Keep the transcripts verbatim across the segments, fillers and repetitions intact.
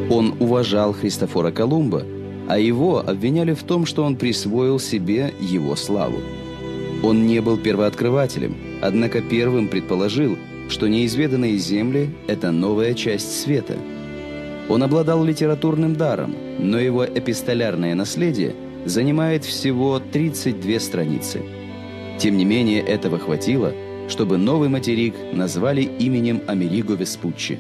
Он уважал Христофора Колумба, а его обвиняли в том, что он присвоил себе его славу. Он не был первооткрывателем, однако первым предположил, что неизведанные земли – это новая часть света. Он обладал литературным даром, но его эпистолярное наследие занимает всего тридцать две страницы. Тем не менее, этого хватило, чтобы новый материк назвали именем Америго Веспуччи.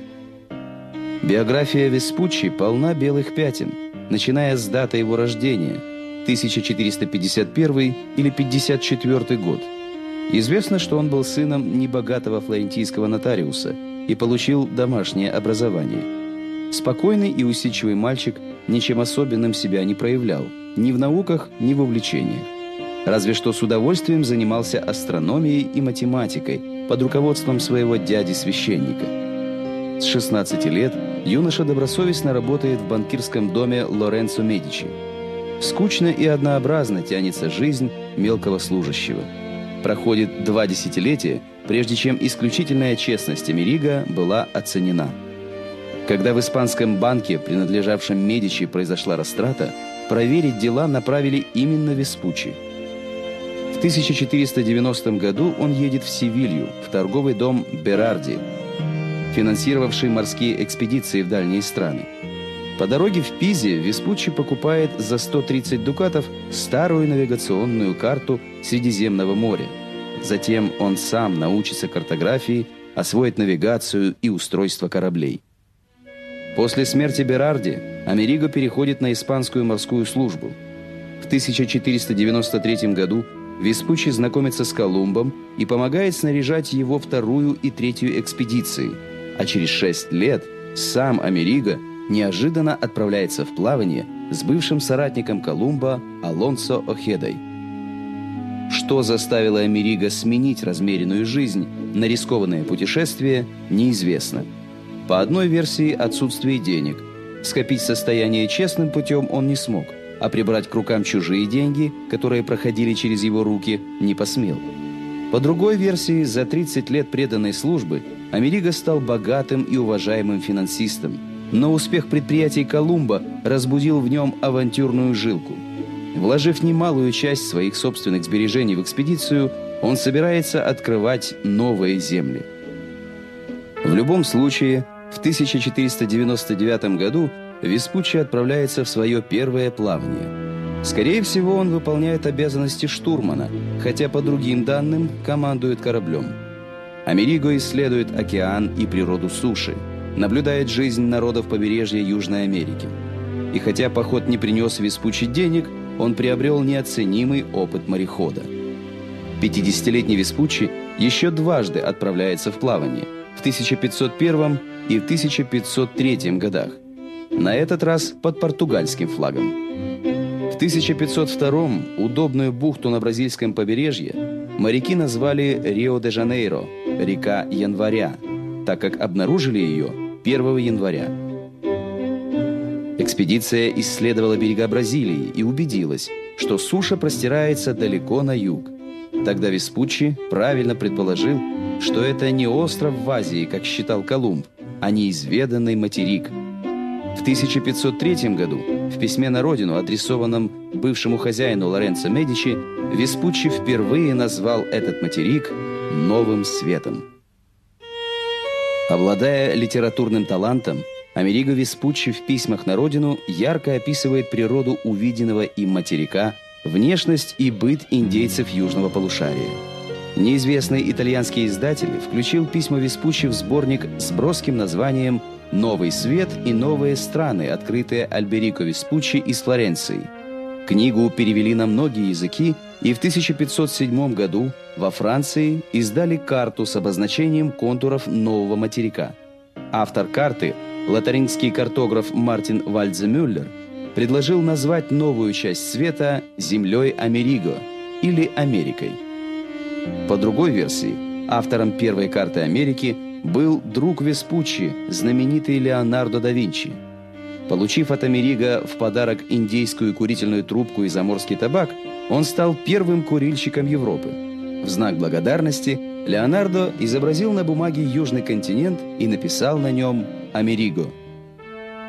Биография Веспуччи полна белых пятен, начиная с даты его рождения – тысяча четыреста пятьдесят первый или пятьдесят четвёртый год. Известно, что он был сыном небогатого флорентийского нотариуса и получил домашнее образование. Спокойный и усидчивый мальчик ничем особенным себя не проявлял, ни в науках, ни в увлечениях. Разве что с удовольствием занимался астрономией и математикой под руководством своего дяди-священника. С шестнадцати лет юноша добросовестно работает в банкирском доме Лоренцо Медичи. Скучно и однообразно тянется жизнь мелкого служащего. Проходит два десятилетия, прежде чем исключительная честность Америго была оценена. Когда в испанском банке, принадлежавшем Медичи, произошла растрата, проверить дела направили именно Веспуччи. В тысяча четыреста девяностом году он едет в Севилью, в торговый дом Берарди, финансировавший морские экспедиции в дальние страны. По дороге в Пизе Веспуччи покупает за сто тридцать дукатов старую навигационную карту Средиземного моря. Затем он сам научится картографии, освоит навигацию и устройство кораблей. После смерти Берарди Америго переходит на испанскую морскую службу. В тысяча четыреста девяносто третьем году Веспуччи знакомится с Колумбом и помогает снаряжать его вторую и третью экспедиции, а через шесть лет сам Америго неожиданно отправляется в плавание с бывшим соратником Колумба Алонсо Охедой. Что заставило Америго сменить размеренную жизнь на рискованное путешествие, неизвестно. По одной версии, отсутствие денег. Скопить состояние честным путем он не смог, а прибрать к рукам чужие деньги, которые проходили через его руки, не посмел. По другой версии, за тридцать лет преданной службы Америго стал богатым и уважаемым финансистом, но успех предприятий Колумба разбудил в нем авантюрную жилку. Вложив немалую часть своих собственных сбережений в экспедицию, он собирается открывать новые земли. В любом случае, в тысяча четыреста девяносто девятом году Веспуччи отправляется в свое первое плавание. Скорее всего, он выполняет обязанности штурмана, хотя, по другим данным, командует кораблем. Америго исследует океан и природу суши, наблюдает жизнь народов побережья Южной Америки. И хотя поход не принес Веспуччи денег, он приобрел неоценимый опыт морехода. пятидесятилетний Веспуччи еще дважды отправляется в плавание – в тысяча пятьсот первом и в тысяча пятьсот третьем годах. На этот раз под португальским флагом. В тысяча пятьсот втором удобную бухту на бразильском побережье моряки назвали Рио-де-Жанейро, река Января, так как обнаружили ее первого января. Экспедиция исследовала берега Бразилии и убедилась, что суша простирается далеко на юг. Тогда Веспуччи правильно предположил, что это не остров в Азии, как считал Колумб, а неизведанный материк. В тысяча пятьсот третьем году в письме на родину, адресованном бывшему хозяину Лоренцо Медичи, Веспуччи впервые назвал этот материк «Новым светом». Обладая литературным талантом, Америго Веспуччи в письмах на родину ярко описывает природу увиденного им материка, внешность и быт индейцев южного полушария. Неизвестный итальянский издатель включил письма Веспуччи в сборник с броским названием «Новый свет и новые страны, открытые Альберико Веспуччи из Флоренции». Книгу перевели на многие языки, и в тысяча пятьсот седьмом году во Франции издали карту с обозначением контуров нового материка. Автор карты, лотарингский картограф Мартин Вальдземюллер, предложил назвать новую часть света землей Америго или Америкой. По другой версии, автором первой карты Америки был друг Веспуччи, знаменитый Леонардо да Винчи. Получив от Америго в подарок индейскую курительную трубку и заморский табак, он стал первым курильщиком Европы. В знак благодарности Леонардо изобразил на бумаге южный континент и написал на нем «Америго».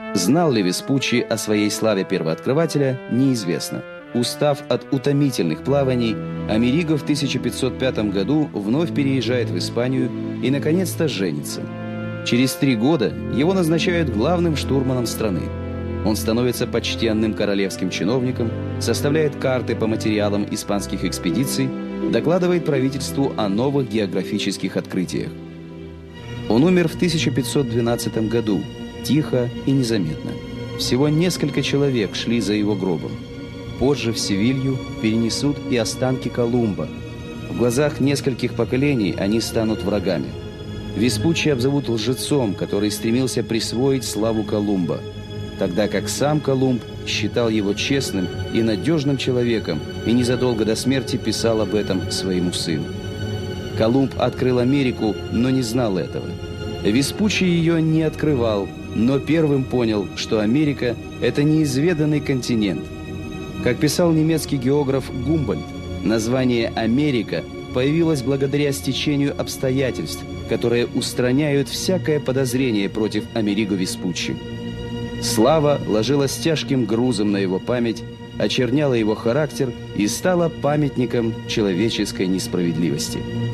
Знал ли Веспуччи о своей славе первооткрывателя, неизвестно. Устав от утомительных плаваний, Америго в тысяча пятьсот пятом году вновь переезжает в Испанию и, наконец-то, женится. Через три года его назначают главным штурманом страны. Он становится почтенным королевским чиновником, составляет карты по материалам испанских экспедиций, докладывает правительству о новых географических открытиях. Он умер в тысяча пятьсот двенадцатом году, тихо и незаметно. Всего несколько человек шли за его гробом. Позже в Севилью перенесут и останки Колумба. В глазах нескольких поколений они станут врагами. Веспуччи обзовут лжецом, который стремился присвоить славу Колумба, тогда как сам Колумб считал его честным и надежным человеком и незадолго до смерти писал об этом своему сыну. Колумб открыл Америку, но не знал этого. Веспуччи ее не открывал, но первым понял, что Америка – это неизведанный континент. Как писал немецкий географ Гумбольдт, название «Америка» появилось благодаря стечению обстоятельств, которые устраняют всякое подозрение против Америго Веспуччи. Слава ложилась тяжким грузом на его память, очерняла его характер и стала памятником человеческой несправедливости.